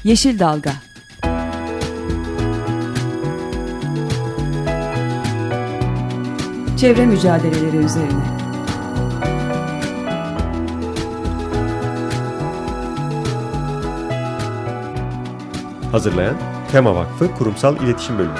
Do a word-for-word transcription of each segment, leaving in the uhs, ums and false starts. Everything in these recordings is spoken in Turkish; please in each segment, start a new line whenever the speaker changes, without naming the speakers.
Yeşil Dalga. Çevre mücadeleleri üzerine.
Hazırlayan Tema Vakfı Kurumsal İletişim Bölümü.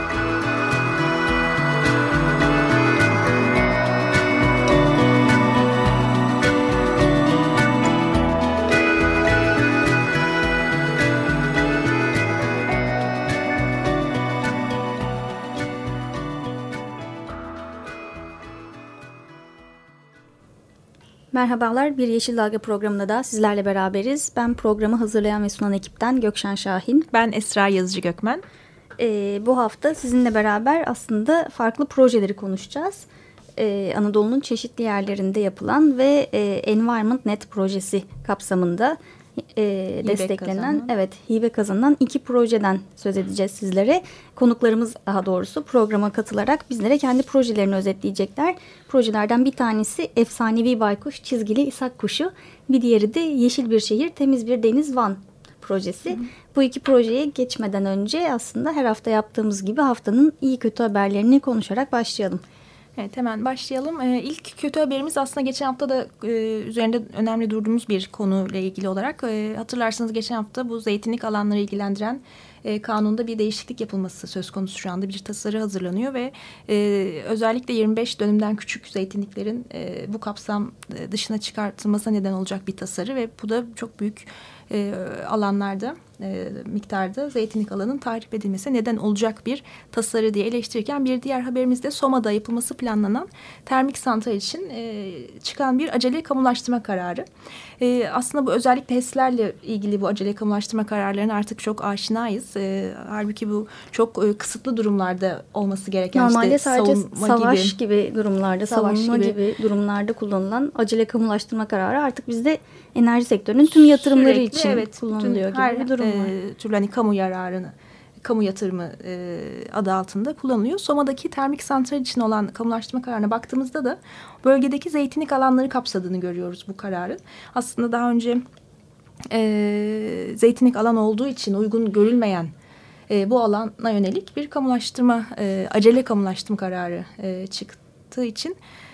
Merhabalar, bir Yeşil Dalga programında da sizlerle beraberiz. Ben programı hazırlayan ve sunan ekipten Gökşen Şahin.
Ben Esra Yazıcı Gökmen.
Ee, bu hafta sizinle beraber aslında farklı projeleri konuşacağız. Ee, Anadolu'nun çeşitli yerlerinde yapılan ve e, Environment Net projesi kapsamında e, desteklenen, kazanan. evet hibe kazanan iki projeden söz edeceğiz sizlere. Konuklarımız daha doğrusu programa katılarak bizlere kendi projelerini özetleyecekler. Projelerden bir tanesi Efsanevi Baykuş Çizgili İshak Kuşu, bir diğeri de Yeşil Bir Şehir Temiz Bir Deniz Van projesi. Hı hı. Bu iki projeye geçmeden önce aslında her hafta yaptığımız gibi haftanın iyi kötü haberlerini konuşarak başlayalım.
Evet, hemen başlayalım. Ee, ilk kötü haberimiz aslında geçen hafta da e, üzerinde önemli durduğumuz bir konuyla ilgili olarak. E, hatırlarsanız geçen hafta bu zeytinlik alanları ilgilendiren e, kanunda bir değişiklik yapılması söz konusu şu anda. Bir tasarı hazırlanıyor ve e, özellikle yirmi beş dönümden küçük zeytinliklerin e, bu kapsam dışına çıkartılmasına neden olacak bir tasarı ve bu da çok büyük e, alanlarda e, miktarda zeytinlik alanın tahrip edilmesine neden olacak bir tasarı diye eleştirirken, bir diğer haberimiz de Soma'da yapılması planlanan termik santral için e, çıkan bir acele kamulaştırma kararı. E, aslında bu özellikle HES'lerle ilgili bu acele kamulaştırma kararlarına artık çok aşinayız. E, halbuki bu çok e, kısıtlı durumlarda olması gereken,
normalde
işte
sadece
savunma
savaş
gibi,
gibi durumlarda, savaş savunma gibi. gibi durumlarda kullanılan acele kamulaştırma kararı artık bizde enerji sektörünün tüm yatırımları Sürekli, için evet, kullanılıyor gibi her, bir durum var.
E, türlü hani kamu yararını, kamu yatırımı e, adı altında kullanılıyor. Soma'daki termik santral için olan kamulaştırma kararına baktığımızda da bölgedeki zeytinlik alanları kapsadığını görüyoruz bu kararın. Aslında daha önce e, zeytinlik alan olduğu için uygun görülmeyen e, bu alana yönelik bir kamulaştırma, e, acele kamulaştırma kararı e, çıktığı için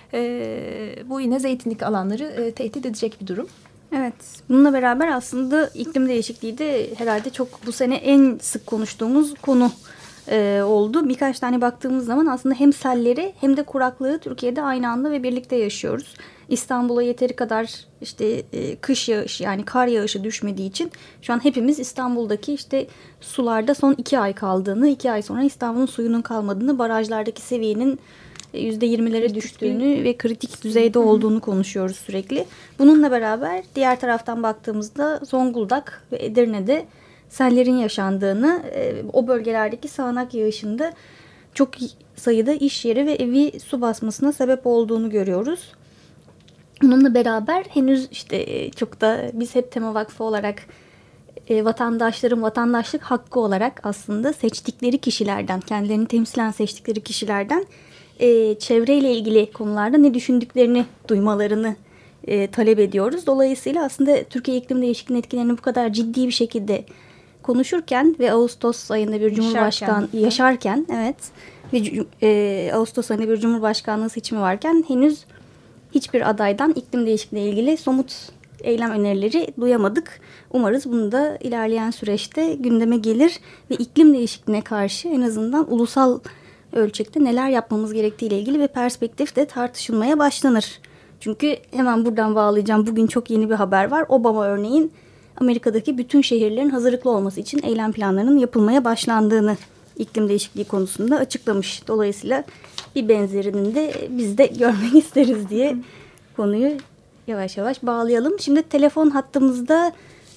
e, bu yine zeytinlik alanları e, tehdit edecek bir durum.
Evet, bununla beraber aslında iklim değişikliği de herhalde çok bu sene en sık konuştuğumuz konu e, oldu. Birkaç tane baktığımız zaman aslında hem selleri hem de kuraklığı Türkiye'de aynı anda ve birlikte yaşıyoruz. İstanbul'a yeteri kadar işte e, kış yağışı, yani kar yağışı düşmediği için şu an hepimiz İstanbul'daki işte sularda son iki ay kaldığını, iki ay sonra İstanbul'un suyunun kalmadığını, barajlardaki seviyenin yüzde yirmilere düştüğünü ve kritik düzeyde olduğunu konuşuyoruz sürekli. Bununla beraber diğer taraftan baktığımızda Zonguldak ve Edirne'de sellerin yaşandığını, o bölgelerdeki sağanak yağışında çok sayıda iş yeri ve evi su basmasına sebep olduğunu görüyoruz. Bununla beraber henüz işte çok da biz hep Tema Vakfı olarak vatandaşların vatandaşlık hakkı olarak aslında seçtikleri kişilerden, kendilerini temsilen seçtikleri kişilerden E, çevreyle ilgili konularda ne düşündüklerini duymalarını e, talep ediyoruz. Dolayısıyla aslında Türkiye iklim değişikliğinin etkilerini bu kadar ciddi bir şekilde konuşurken ve Ağustos ayında bir Cumhurbaşkanı yaşarken, yaşarken evet ve e, Ağustos ayında bir Cumhurbaşkanlığı seçimi varken henüz hiçbir adaydan iklim değişikliği ile ilgili somut eylem önerileri duyamadık. Umarız bunu da ilerleyen süreçte gündeme gelir ve iklim değişikliğine karşı en azından ulusal ölçekte neler yapmamız gerektiği ile ilgili bir perspektif de tartışılmaya başlanır. Çünkü hemen buradan bağlayacağım. Bugün çok yeni bir haber var. Obama örneğin Amerika'daki bütün şehirlerin hazırlıklı olması için eylem planlarının yapılmaya başlandığını iklim değişikliği konusunda açıklamış. Dolayısıyla bir benzerinin de biz de görmek isteriz diye konuyu yavaş yavaş bağlayalım. Şimdi telefon hattımızda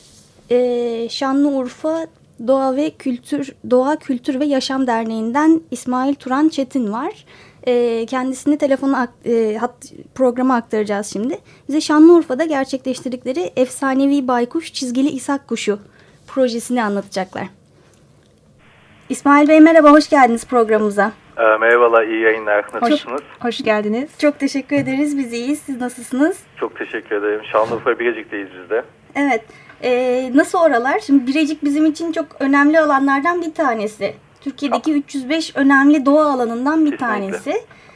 e, Şanlıurfa Doğa ve Kültür Doğa Kültür ve Yaşam Derneği'nden İsmail Turan Çetin var. E, kendisini telefona e, hat, programa aktaracağız şimdi. Bize Şanlıurfa'da gerçekleştirdikleri Efsanevi Baykuş Çizgili İshak Kuşu projesini anlatacaklar. İsmail Bey merhaba, hoş geldiniz programımıza.
E, merhabalar, iyi yayınlar. Nasılsınız?
Hoş, hoş geldiniz.
Çok teşekkür ederiz, biz iyiyiz. Siz nasılsınız?
Çok teşekkür ederim. Şanlıurfa Birecik'teyiz biz de.
Evet. Ee, nasıl oralar? Şimdi Birecik bizim için çok önemli alanlardan bir tanesi. Türkiye'deki üç yüz beş önemli doğa alanından bir
Kesinlikle.
tanesi.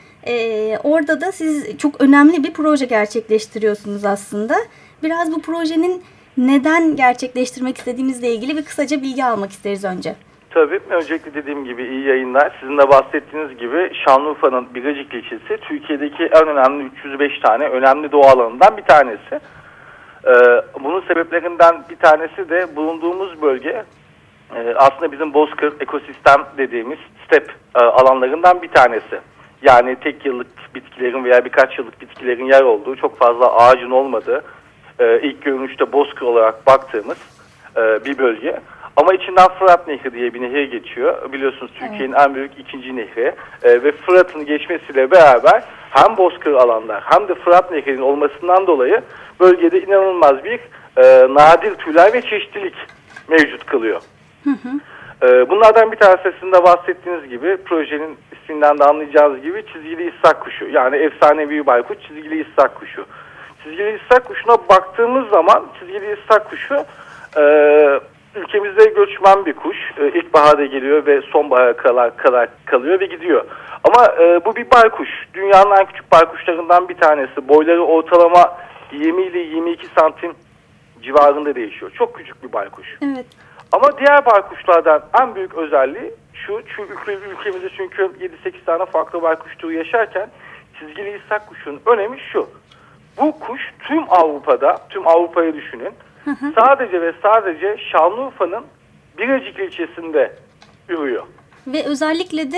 Ee, orada da siz çok önemli bir proje gerçekleştiriyorsunuz aslında. Biraz bu projenin neden gerçekleştirmek istediğinizle ilgili bir kısaca bilgi almak isteriz önce.
Tabii. Öncelikle dediğim gibi iyi yayınlar. Sizin de bahsettiğiniz gibi Şanlıurfa'nın Birecik ilçesi Türkiye'deki en önemli üç yüz beş tane önemli doğa alanından bir tanesi. Ee, bunun sebeplerinden bir tanesi de bulunduğumuz bölge e, aslında bizim bozkır ekosistem dediğimiz step e, alanlarından bir tanesi. Yani tek yıllık bitkilerin veya birkaç yıllık bitkilerin yer olduğu, çok fazla ağacın olmadığı, e, ilk görünüşte bozkır olarak baktığımız e, bir bölge. Ama içinden Fırat Nehri diye bir nehir geçiyor. Biliyorsunuz Türkiye'nin evet. en büyük ikinci nehri. E, ve Fırat'ın geçmesiyle beraber hem bozkır alanlar hem de Fırat Nehri'nin olmasından dolayı bölgede inanılmaz bir e, nadir türler ve çeşitlilik mevcut kalıyor. Hı hı. E, bunlardan bir tanesi sizin de bahsettiğiniz gibi, projenin isminden de anlayacağınız gibi çizgili issak kuşu. Yani efsanevi baykuş çizgili issak kuşu. Çizgili issak kuşuna baktığımız zaman çizgili issak kuşu e, ülkemizde göçmen bir kuş. E, ilkbaharda geliyor ve sonbahara kadar, kadar kalıyor ve gidiyor. Ama e, bu bir baykuş. Dünyanın en küçük baykuşlarından bir tanesi. Boyları ortalama yirmi ile yirmi iki santim civarında değişiyor. Çok küçük bir baykuş.
Evet.
Ama diğer baykuşlardan en büyük özelliği şu. Çünkü ülkemizde çünkü yedi sekiz tane farklı baykuş türü yaşarken çizgili issak kuşunun önemi şu. Bu kuş tüm Avrupa'da, tüm Avrupa'yı düşünün. Hı hı. Sadece ve sadece Şanlıurfa'nın Birecik ilçesinde ürüyor.
Ve özellikle de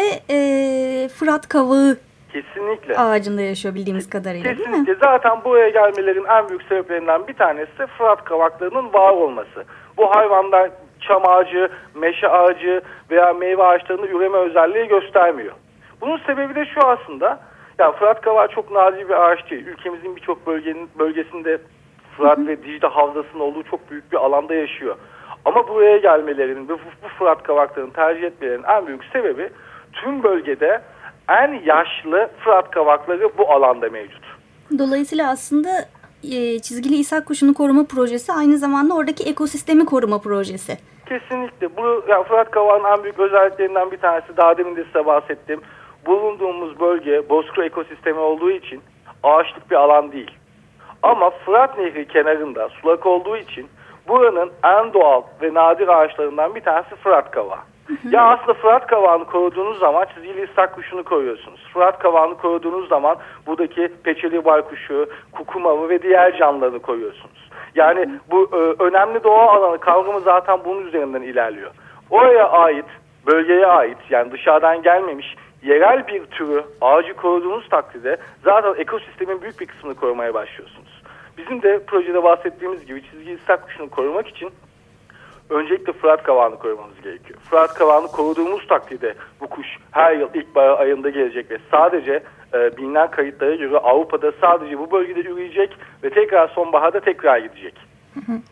e, Fırat kavağı
kesinlikle
ağacında yaşıyor bildiğimiz kadarıyla,
kesinlikle.
Değil mi?
Zaten buraya gelmelerin en büyük sebeplerinden bir tanesi Fırat kavaklarının var olması. Bu hayvanlar çam ağacı, meşe ağacı veya meyve ağaçlarında üreme özelliği göstermiyor. Bunun sebebi de şu aslında. Ya Fırat kavağı çok nadir bir ağaç değil. Ülkemizin birçok bölgenin bölgesinde Fırat hı hı. ve Dicle Havzası'nın olduğu çok büyük bir alanda yaşıyor. Ama buraya gelmelerinin ve bu Fırat kavaklarını tercih etmelerinin en büyük sebebi tüm bölgede en yaşlı Fırat kavakları bu alanda mevcut.
Dolayısıyla aslında e, çizgili issak kuşunu koruma projesi aynı zamanda oradaki ekosistemi koruma projesi.
Kesinlikle. Bu yani Fırat kavağının en büyük özelliklerinden bir tanesi, daha demin de size bahsettim. Bulunduğumuz bölge bozkır ekosistemi olduğu için ağaçlık bir alan değil. Ama Fırat Nehri kenarında sulak olduğu için buranın en doğal ve nadir ağaçlarından bir tanesi Fırat kavağı. Ya aslında Fırat kavağını koruduğunuz zaman çizgili issak kuşunu koruyorsunuz. Fırat kavağını koruduğunuz zaman buradaki peçeli baykuşu, kukumavı ve diğer canlılarını koruyorsunuz. Yani bu e, önemli doğa alanı kavramı zaten bunun üzerinden ilerliyor. Oraya ait, bölgeye ait, yani dışarıdan gelmemiş yerel bir türü ağacı koruduğunuz takdirde zaten ekosistemin büyük bir kısmını korumaya başlıyorsunuz. Bizim de projede bahsettiğimiz gibi çizgili issak kuşunu korumak için öncelikle Fırat kavağını korumamız gerekiyor. Fırat kavağını koruduğumuz takdirde bu kuş her yıl ilkbahar ayında gelecek ve sadece e, bilinen kayıtlara göre Avrupa'da sadece bu bölgede üreyecek ve tekrar sonbaharda tekrar gidecek.
Hı hı.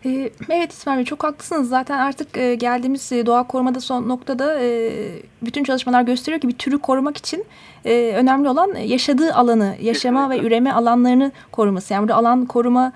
Evet İsmail Bey, çok haklısınız. Zaten artık geldiğimiz doğa korumada son noktada bütün çalışmalar gösteriyor ki bir türü korumak için önemli olan yaşadığı alanı, yaşama Kesinlikle. ve üreme alanlarını koruması. Yani burada alan koruma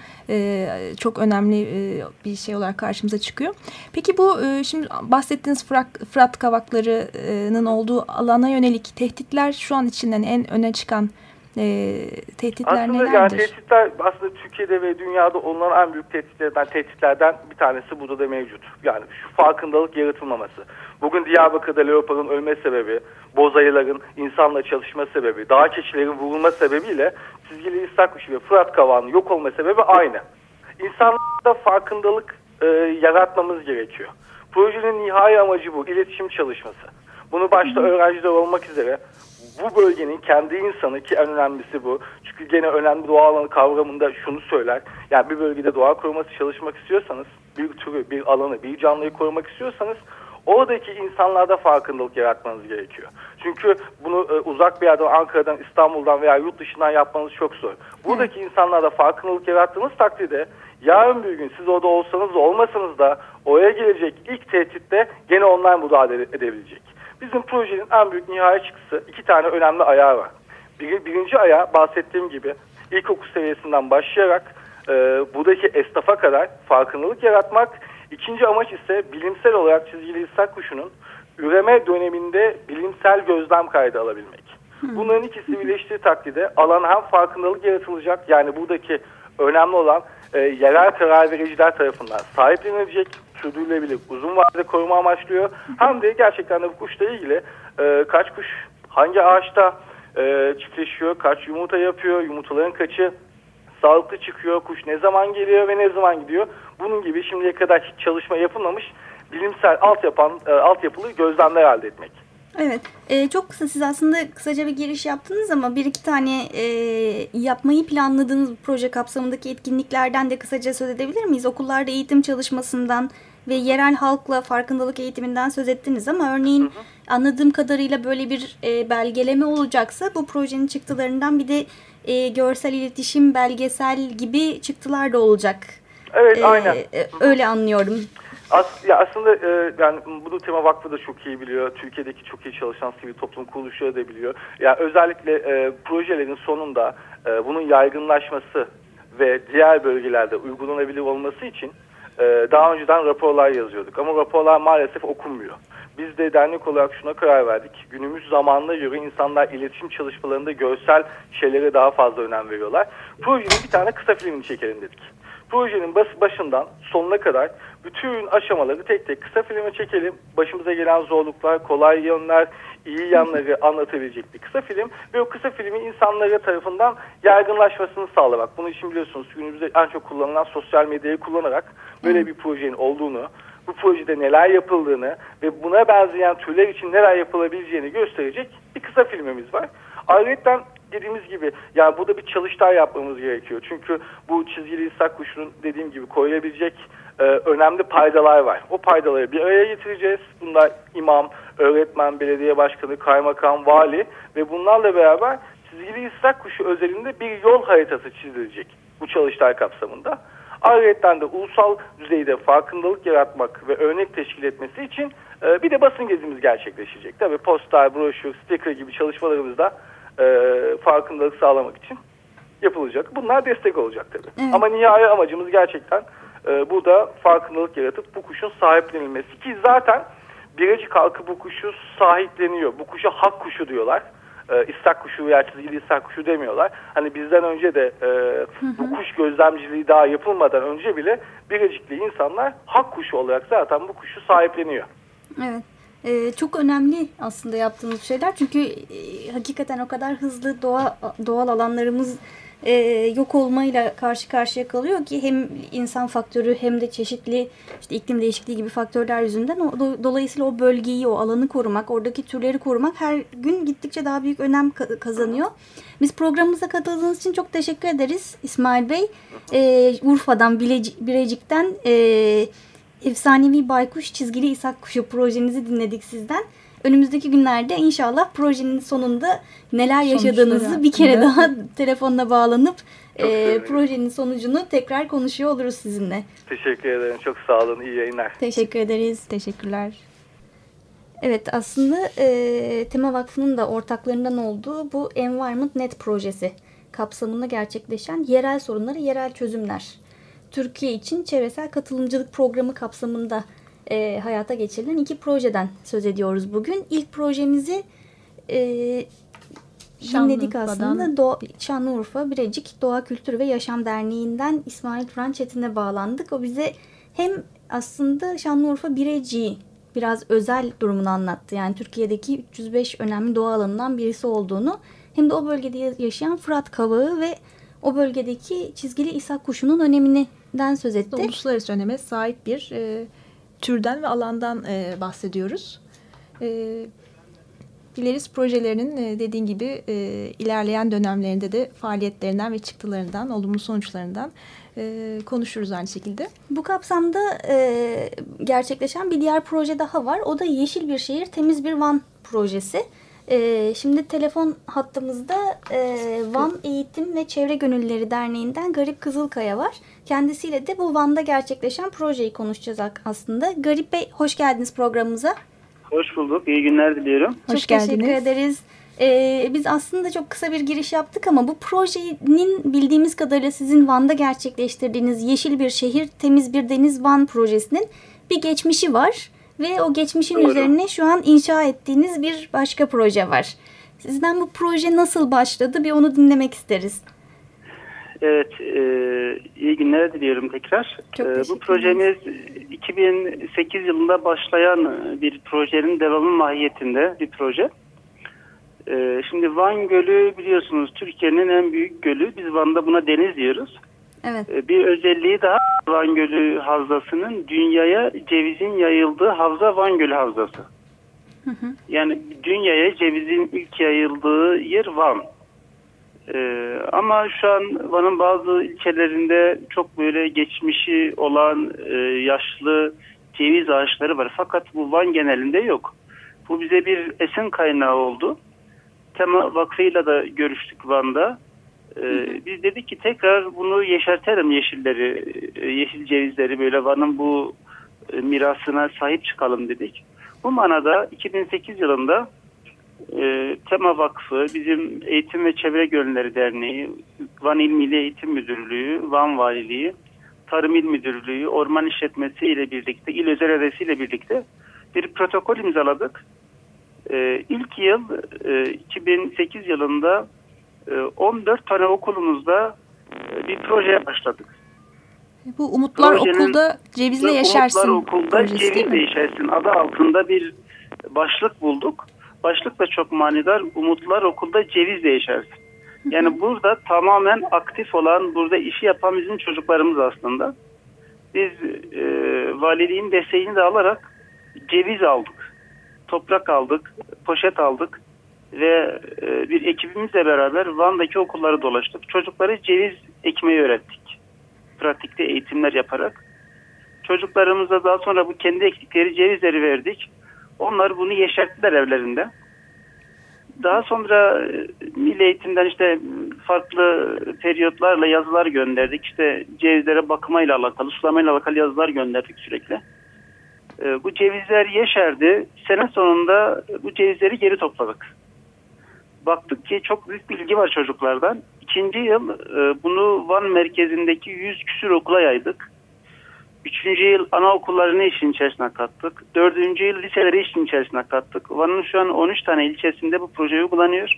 çok önemli bir şey olarak karşımıza çıkıyor. Peki bu şimdi bahsettiğiniz Fırat, Fırat kavaklarının olduğu alana yönelik tehditler şu an için en öne çıkan E, tehditler
aslında
nelerdir?
Yani tehditler aslında Türkiye'de ve dünyada olunan en büyük tehditlerden, tehditlerden bir tanesi burada da mevcut. Yani şu farkındalık yaratılmaması. Bugün Diyarbakır'da leoparın ölme sebebi, bozayıların insanla çalışma sebebi, dağ keçilerin vurulma sebebiyle çizgili issak kuşu ve Fırat kavağının yok olma sebebi aynı. İnsanlarda farkındalık e, yaratmamız gerekiyor. Projenin nihai amacı bu, iletişim çalışması. Bunu başta öğrenciler olmak üzere bu bölgenin kendi insanı, ki en önemlisi bu. Çünkü gene önemli doğa alanı kavramında şunu söyler. Yani bir bölgede doğa koruması çalışmak istiyorsanız, bir türü, bir alanı, bir canlıyı korumak istiyorsanız oradaki insanlarda farkındalık yaratmanız gerekiyor. Çünkü bunu e, uzak bir yerden, Ankara'dan, İstanbul'dan veya yurt dışından yapmanız çok zor. Buradaki evet. insanlarda farkındalık yarattığınız takdirde Yarın bir gün siz orada olsanız da olmasanız da oraya gelecek ilk tehditte gene onlar müdahale edebilecek. Bizim projenin en büyük nihai çıktısı iki tane önemli ayağı var. Bir, birinci ayağı bahsettiğim gibi ilkokul seviyesinden başlayarak e, buradaki esnafa kadar farkındalık yaratmak. İkinci amaç ise bilimsel olarak çizgili istak kuşunun üreme döneminde bilimsel gözlem kaydı alabilmek. Hmm. Bunların ikisi birleştiği takdirde alan hem farkındalık yaratılacak, yani buradaki önemli olan e, yerel karar vericiler tarafından sahiplenilecek, sürdürülebilir, uzun vadede koruma amaçlıyor. Hem de gerçekten de bu kuşla ilgili e, kaç kuş hangi ağaçta e, çiftleşiyor, kaç yumurta yapıyor, yumurtaların kaçı sağlıklı çıkıyor, kuş ne zaman geliyor ve ne zaman gidiyor. Bunun gibi şimdiye kadar hiç çalışma yapılmamış bilimsel altyapı, e, altyapılı gözlemler elde etmek.
Evet, e, çok kısa, siz aslında kısaca bir giriş yaptınız ama bir iki tane e, yapmayı planladığınız proje kapsamındaki etkinliklerden de kısaca söz edebilir miyiz? Okullarda eğitim çalışmasından ve yerel halkla farkındalık eğitiminden söz ettiniz ama örneğin hı hı. anladığım kadarıyla böyle bir e, belgeleme olacaksa bu projenin çıktılarından bir de e, görsel iletişim, belgesel gibi çıktılar da olacak.
Evet,
e,
aynen.
E, öyle anlıyorum.
As, ya aslında e, yani bunu Tema Vakfı da çok iyi biliyor. Türkiye'deki çok iyi çalışan sivil toplum kuruluşları da biliyor. Yani özellikle e, projelerin sonunda e, bunun yaygınlaşması ve diğer bölgelerde uygulanabilir olması için e, daha önceden raporlar yazıyorduk. Ama raporlar maalesef okunmuyor. Biz de dernek olarak şuna karar verdik. Günümüz zamanına göre insanlar iletişim çalışmalarında görsel şeylere daha fazla önem veriyorlar. Projenin bir tane kısa filmini çekelim dedik. Projenin başından sonuna kadar bütün aşamaları tek tek kısa filme çekelim. Başımıza gelen zorluklar, kolay yönler, iyi yanları anlatabilecek bir kısa film. Ve o kısa filmi insanlara tarafından yaygınlaşmasını sağlamak. Bunun için biliyorsunuz günümüzde en çok kullanılan sosyal medyayı kullanarak böyle bir projenin olduğunu, bu projede neler yapıldığını ve buna benzeyen türler için neler yapılabileceğini gösterecek bir kısa filmimiz var. Ayrıca dediğimiz gibi yani burada bir çalıştay yapmamız gerekiyor. Çünkü bu çizgili istak kuşunun dediğim gibi koyabilecek e, önemli paydalar var. O paydaları bir araya getireceğiz. Bunlar imam, öğretmen, belediye başkanı, kaymakam, vali ve bunlarla beraber çizgili istak kuşu özelinde bir yol haritası çizilecek bu çalıştay kapsamında. Ayrıca de ulusal düzeyde farkındalık yaratmak ve örnek teşkil etmesi için e, bir de basın gezimiz gerçekleşecek. Tabii poster, broşür, sticker gibi çalışmalarımız da e, farkındalık sağlamak için yapılacak. Bunlar destek olacak tabii. Evet. Ama nihai amacımız gerçekten e, burada farkındalık yaratıp bu kuşun sahiplenilmesi ki zaten Birecik halkı bu kuşu sahipleniyor. Bu kuşa hak kuşu diyorlar. E, istak kuşu veya çizgili istak kuşu demiyorlar. Hani bizden önce de e, hı hı. bu kuş gözlemciliği daha yapılmadan önce bile Birecikli insanlar hak kuşu olarak zaten bu kuşu sahipleniyor.
Evet. Ee, çok önemli aslında yaptığımız şeyler. Çünkü e, hakikaten o kadar hızlı doğa, doğal alanlarımız e, yok olmayla karşı karşıya kalıyor ki hem insan faktörü hem de çeşitli işte iklim değişikliği gibi faktörler yüzünden o, do, dolayısıyla o bölgeyi, o alanı korumak, oradaki türleri korumak her gün gittikçe daha büyük önem kazanıyor. Biz programımıza katıldığınız için çok teşekkür ederiz İsmail Bey. Ee, Urfa'dan, Birecik'ten e, Efsanevi Baykuş Çizgili İshak Kuşu projenizi dinledik sizden. Önümüzdeki günlerde inşallah projenin sonunda neler yaşadığınızı bir kere daha telefonla bağlanıp e, projenin sonucunu tekrar konuşuyor oluruz sizinle.
Teşekkür ederim. Çok sağ olun. İyi yayınlar.
Teşekkür ederiz.
Teşekkürler.
Evet, aslında e, Tema Vakfı'nın da ortaklarından olduğu bu Environment Net projesi kapsamında gerçekleşen yerel sorunları, yerel çözümler. Türkiye için çevresel katılımcılık programı kapsamında e, hayata geçirilen iki projeden söz ediyoruz bugün. İlk projemizi e, dinledik aslında. Doğa, Şanlıurfa Birecik Doğa Kültürü ve Yaşam Derneği'nden İsmail Turan Çetin'e bağlandık. O bize hem aslında Şanlıurfa Birecik'i biraz özel durumunu anlattı. Yani Türkiye'deki üç yüz beş önemli doğa alanından birisi olduğunu, hem de o bölgede yaşayan Fırat Kavağı ve o bölgedeki çizgili ishak kuşunun öneminden söz etti.
Uluslararası öneme sahip bir e, türden ve alandan e, bahsediyoruz. E, Dileriz projelerinin e, dediğin gibi e, ilerleyen dönemlerinde de faaliyetlerinden ve çıktılarından, olumlu sonuçlarından e, konuşuruz aynı şekilde.
Bu kapsamda e, gerçekleşen bir diğer proje daha var. O da Yeşil Bir Şehir, Temiz Bir Van projesi. Ee, şimdi telefon hattımızda e, Van Eğitim ve Çevre Gönüllüleri Derneği'nden Garip Kızılkaya var. Kendisiyle de bu Van'da gerçekleşen projeyi konuşacağız aslında. Garip Bey, hoş geldiniz programımıza.
Hoş bulduk. İyi günler diliyorum.
Çok
hoş geldiniz.
teşekkür ederiz. Ee, biz aslında çok kısa bir giriş yaptık ama bu projenin bildiğimiz kadarıyla sizin Van'da gerçekleştirdiğiniz Yeşil Bir Şehir, Temiz Bir Deniz Van projesinin bir geçmişi var. Ve o geçmişin
Doğru.
üzerine şu an inşa ettiğiniz bir başka proje var. Sizden bu proje nasıl başladı? Bir onu dinlemek isteriz.
Evet, e, iyi günler diliyorum tekrar.
Çok
E,
teşekkür
bu projemiz iki bin sekiz yılında başlayan bir projenin devamı mahiyetinde bir proje. E, şimdi Van Gölü biliyorsunuz Türkiye'nin en büyük gölü. Biz Van'da buna deniz diyoruz.
Evet.
E, bir özelliği daha Van Gölü Havzası'nın dünyaya cevizin yayıldığı havza Van Gölü Havzası.
Hı hı.
Yani dünyaya cevizin ilk yayıldığı yer Van. Ee, ama şu an Van'ın bazı ilçelerinde çok böyle geçmişi olan e, yaşlı ceviz ağaçları var. Fakat bu Van genelinde yok. Bu bize bir esin kaynağı oldu. Tema Vakfı'yla da görüştük Van'da. Ee, biz dedik ki tekrar bunu yeşertelim, yeşilleri, e, yeşil cevizleri, böyle Van'ın bu e, mirasına sahip çıkalım dedik. Bu manada iki bin sekiz yılında e, Tema Vakfı, bizim Eğitim ve Çevre Gönüllüleri Derneği, Van İl Milli Eğitim Müdürlüğü, Van Valiliği, Tarım İl Müdürlüğü, Orman İşletmesi ile birlikte, İl Özel Adresi ile birlikte bir protokol imzaladık. E, ilk yıl e, iki bin sekiz yılında e, on dört tane okulumuzda e, bir projeye başladık.
Bu Umutlar
Projenin,
Okulda Cevizle Yaşarsın
Umutlar Okulda Cevizle Yaşarsın adı altında bir başlık bulduk. Başlık da çok manidar. Umutlar Okulda Cevizle Yaşarsın. Yani burada tamamen aktif olan, burada işi yapan bizim çocuklarımız aslında. Biz e, valiliğin desteğini de alarak ceviz aldık. Toprak aldık, poşet aldık ve e, bir ekibimizle beraber Van'daki okulları dolaştık. Çocukları ceviz ekmeği öğrettik. Pratikte eğitimler yaparak. Çocuklarımıza daha sonra bu kendi ektikleri cevizleri verdik. Onlar bunu yeşerttiler evlerinde. Daha sonra Milli Eğitim'den işte farklı periyotlarla yazılar gönderdik. İşte cevizlere bakımayla alakalı, sulamayla alakalı yazılar gönderdik sürekli. Bu cevizler yeşerdi. Sene sonunda bu cevizleri geri topladık. Baktık ki çok büyük bir ilgi var çocuklardan. İkinci yıl bunu Van merkezindeki yüz küsur okula yaydık. Üçüncü yıl anaokullarını işin içerisine kattık. Dördüncü yıl liseleri işin içerisine kattık. Van'ın şu an on üç tane ilçesinde bu proje uygulanıyor.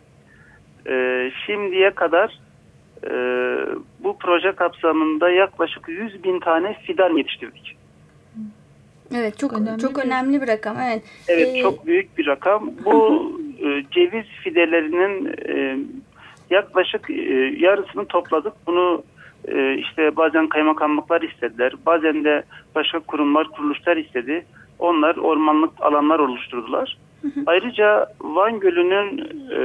Ee, şimdiye kadar e, bu proje kapsamında yaklaşık yüz bin tane fidan yetiştirdik.
Evet, çok
önemli
çok
bir...
önemli bir rakam. Evet.
Evet,
ee...
çok büyük bir rakam. Bu e, ceviz fidelerinin e, yaklaşık e, yarısını topladık. Bunu e, işte bazen kaymakamlıklar istediler. Bazen de başka kurumlar, kuruluşlar istedi. Onlar ormanlık alanlar oluşturdular. Hı hı. Ayrıca Van Gölü'nün e,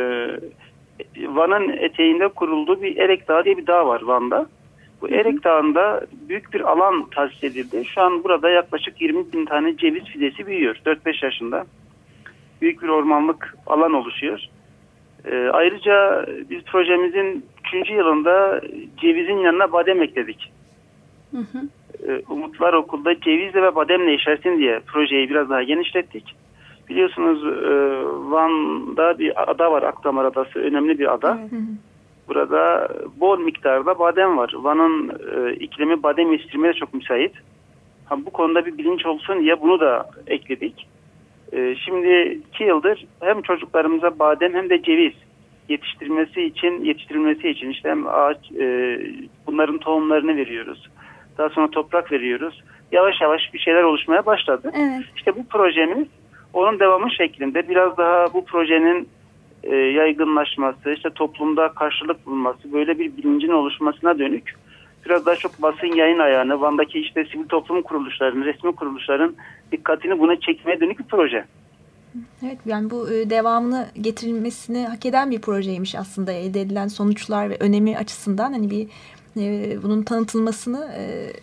Van'ın eteğinde kurulduğu bir Erek Dağı diye bir dağ var Van'da. Bu Erek Dağı'nda büyük bir alan tahsis edildi. Şu an burada yaklaşık yirmi bin tane ceviz fidesi büyüyor. dört beş yaşında. Büyük bir ormanlık alan oluşuyor. Ee, ayrıca biz projemizin üçüncü yılında cevizin yanına badem ekledik. Hı hı. Ee, Umutlar Okulda cevizle ve bademle yaşarsın diye projeyi biraz daha genişlettik. Biliyorsunuz e, Van'da bir ada var, Akdamar Adası, önemli bir ada. Hı hı. Burada bol miktarda badem var. Van'ın e, iklimi badem yetiştirmeye çok müsait. Ha, bu konuda bir bilinç olsun diye bunu da ekledik. E, şimdi iki yıldır hem çocuklarımıza badem hem de ceviz yetiştirmesi için yetiştirilmesi için işte hem ağaç e, bunların tohumlarını veriyoruz. Daha sonra toprak veriyoruz. Yavaş yavaş bir şeyler oluşmaya başladı.
Evet.
İşte bu projemiz onun devamı şeklinde biraz daha bu projenin e, yaygınlaşması, işte toplumda karşılık bulması, böyle bir bilincin oluşmasına dönük biraz daha çok basın yayın ayağını, Van'daki işte sivil toplum kuruluşlarının, resmi kuruluşların dikkatini buna çekmeye dönük bir proje.
Evet, yani bu devamını getirilmesini hak eden bir projeymiş aslında, elde edilen sonuçlar ve önemi açısından hani bir e, bunun tanıtılmasını e,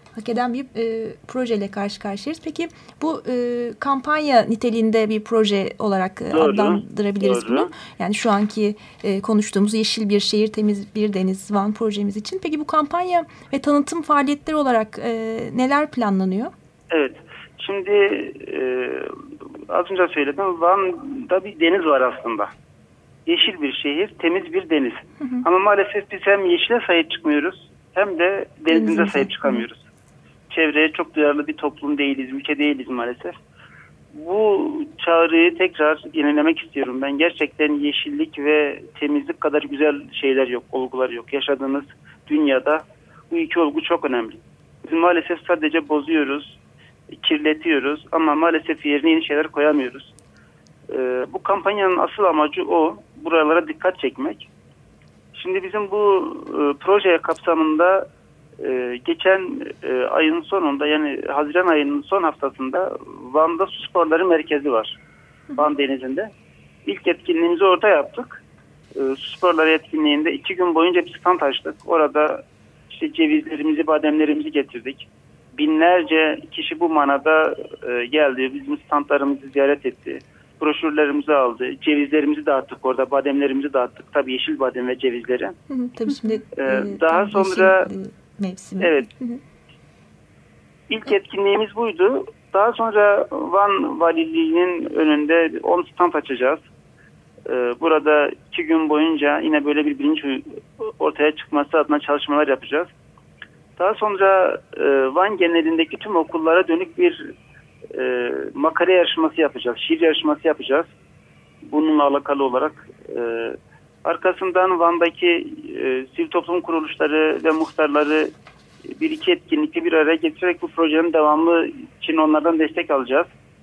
hak eden bir e, projeyle karşı karşıyayız. Peki bu e, kampanya niteliğinde bir proje olarak e, adlandırabiliriz
Doğru.
bunu. Yani şu anki e, konuştuğumuz Yeşil Bir Şehir, Temiz Bir Deniz Van projemiz için. Peki bu kampanya ve tanıtım faaliyetleri olarak e, neler planlanıyor?
Evet. Şimdi e, az önce söyledim. Van'da bir deniz var aslında. Yeşil bir şehir, temiz bir deniz. Hı hı. Ama maalesef biz hem yeşile sahip çıkmıyoruz hem de denizimize sahip çıkamıyoruz. Hı. Çevreye çok duyarlı bir toplum değiliz, ülke değiliz maalesef. Bu çağrıyı tekrar yenilemek istiyorum. Ben gerçekten yeşillik ve temizlik kadar güzel şeyler yok, olgular yok. Yaşadığımız dünyada bu iki olgu çok önemli. Biz maalesef sadece bozuyoruz, kirletiyoruz ama maalesef yerine yeni şeyler koyamıyoruz. Ee, bu kampanyanın asıl amacı o. Buralara dikkat çekmek. Şimdi bizim bu e, proje kapsamında e, geçen e, ayın sonunda yani Haziran ayının son haftasında Van'da Su Sporları Merkezi var. Van Denizi'nde. İlk etkinliğimizi orada yaptık. E, Su Sporları etkinliğinde iki gün boyunca bir stand açtık. Orada işte cevizlerimizi, bademlerimizi getirdik. Binlerce kişi bu manada e, geldi. Bizim standlarımızı ziyaret etti. Broşürlerimizi aldı. Cevizlerimizi dağıttık orada. Bademlerimizi dağıttık. Tabii yeşil badem ve cevizleri.
Hı hı, tabii şimdi
ee,
e,
daha sonra
yeşil, e, mevsimi.
Evet.
Hı hı.
İlk etkinliğimiz buydu. Daha sonra Van Valiliği'nin önünde on stand açacağız. Ee, burada iki gün boyunca yine böyle bir bilinç ortaya çıkması adına çalışmalar yapacağız. Daha sonra e, Van genelindeki tüm okullara dönük bir e, makale yarışması yapacağız. Şiir yarışması yapacağız. Bununla alakalı olarak. E, arkasından Van'daki e, sivil toplum kuruluşları ve muhtarları bir iki etkinlikle bir araya getirerek bu projenin devamı için onlardan destek alacağız.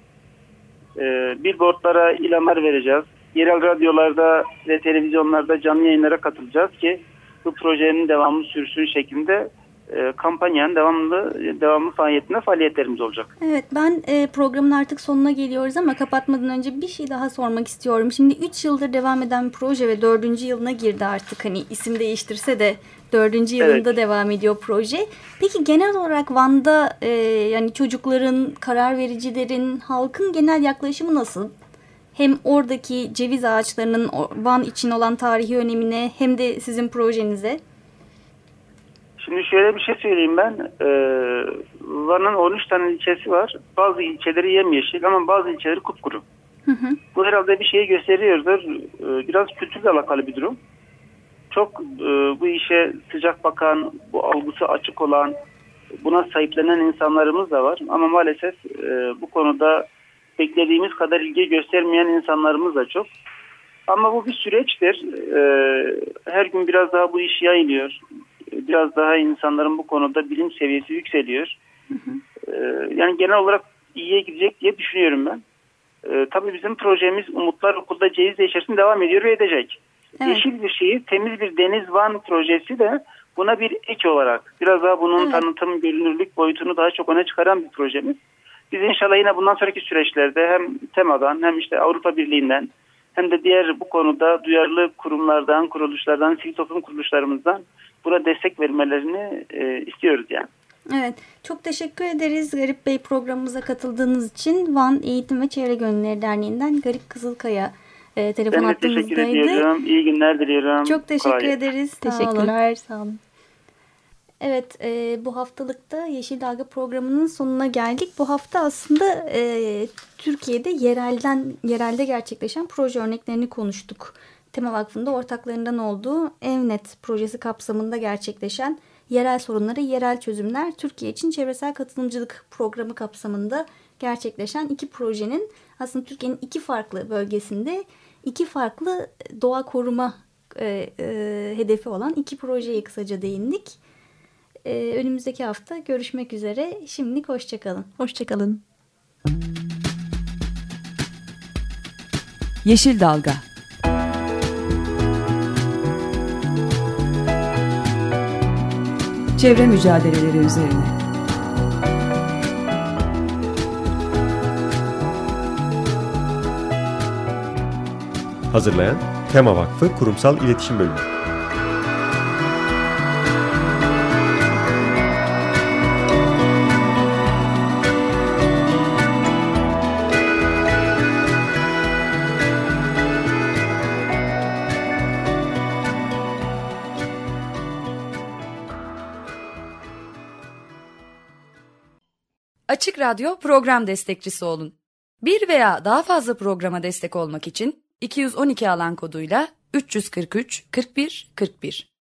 E, billboardlara ilanlar vereceğiz. Yerel radyolarda ve televizyonlarda canlı yayınlara katılacağız ki bu projenin devamı sürsün şeklinde e, kampanyanın devamlı devamlı faaliyetinde faaliyetlerimiz olacak.
Evet, ben e, programın artık sonuna geliyoruz ama kapatmadan önce bir şey daha sormak istiyorum. Şimdi üç yıldır devam eden bir proje ve dördüncü yılına girdi artık. Hani isim değiştirse de dördüncü yılında evet. devam ediyor proje. Peki genel olarak Van'da e, yani çocukların, karar vericilerin, halkın genel yaklaşımı nasıl? Hem oradaki ceviz ağaçlarının Van için olan tarihi önemine hem de sizin projenize.
Şimdi şöyle bir şey söyleyeyim ben. Ee, Van'ın on üç tane ilçesi var. Bazı ilçeleri yemyeşil ama bazı ilçeleri kupkuru. Hı hı. Bu herhalde bir şeyi gösteriyordur. Ee, biraz kültürle alakalı bir durum. Çok e, bu işe sıcak bakan, bu algısı açık olan, buna sahiplenen insanlarımız da var. Ama maalesef e, bu konuda beklediğimiz kadar ilgi göstermeyen insanlarımız da çok. Ama bu bir süreçtir. Ee, her gün biraz daha bu iş yayılıyor. Biraz daha insanların bu konuda bilim seviyesi yükseliyor. Hı hı. Ee, yani genel olarak iyiye gidecek diye düşünüyorum ben. Ee, tabii bizim projemiz Umutlar Okulda Ceviz içerisinde devam ediyor ve edecek. Evet. Yeşil bir şehir, temiz bir deniz Van projesi de buna bir ek olarak biraz daha bunun evet. tanıtım, görünürlük boyutunu daha çok öne çıkaran bir projemiz. Biz inşallah yine bundan sonraki süreçlerde hem TEMA'dan hem işte Avrupa Birliği'nden hem de diğer bu konuda duyarlı kurumlardan, kuruluşlardan, sivil toplum kuruluşlarımızdan buna destek vermelerini e, istiyoruz yani.
Evet, çok teşekkür ederiz Garip Bey programımıza katıldığınız için. Van Eğitim ve Çevre Gönülleri Derneği'nden Garip Kızılkaya e, telefon hattımızdaydı.
Ben de teşekkür ediyorum. İyi günler diliyorum.
Çok teşekkür Kolay ederiz.
Sağ Teşekkürler. Olun. Sağ olun.
Evet, e, bu haftalıkta Yeşil Dalga programının sonuna geldik. Bu hafta aslında e, Türkiye'de yerelden yerelde gerçekleşen proje örneklerini konuştuk. Tema Vakfı'nda ortaklarından olduğu Evnet projesi kapsamında gerçekleşen yerel sorunlara yerel çözümler Türkiye için çevresel katılımcılık programı kapsamında gerçekleşen iki projenin aslında Türkiye'nin iki farklı bölgesinde iki farklı doğa koruma e, e, hedefi olan iki projeye kısaca değindik. Ee, önümüzdeki hafta görüşmek üzere. Şimdilik hoşçakalın.
Hoşçakalın.
Yeşil Dalga. Çevre mücadeleleri üzerine.
Hazırlayan Tema Vakfı Kurumsal İletişim Bölümü.
Açık Radyo program destekçisi olun. Bir veya daha fazla programa destek olmak için iki yüz on iki alan koduyla üç yüz kırk üç kırk bir kırk bir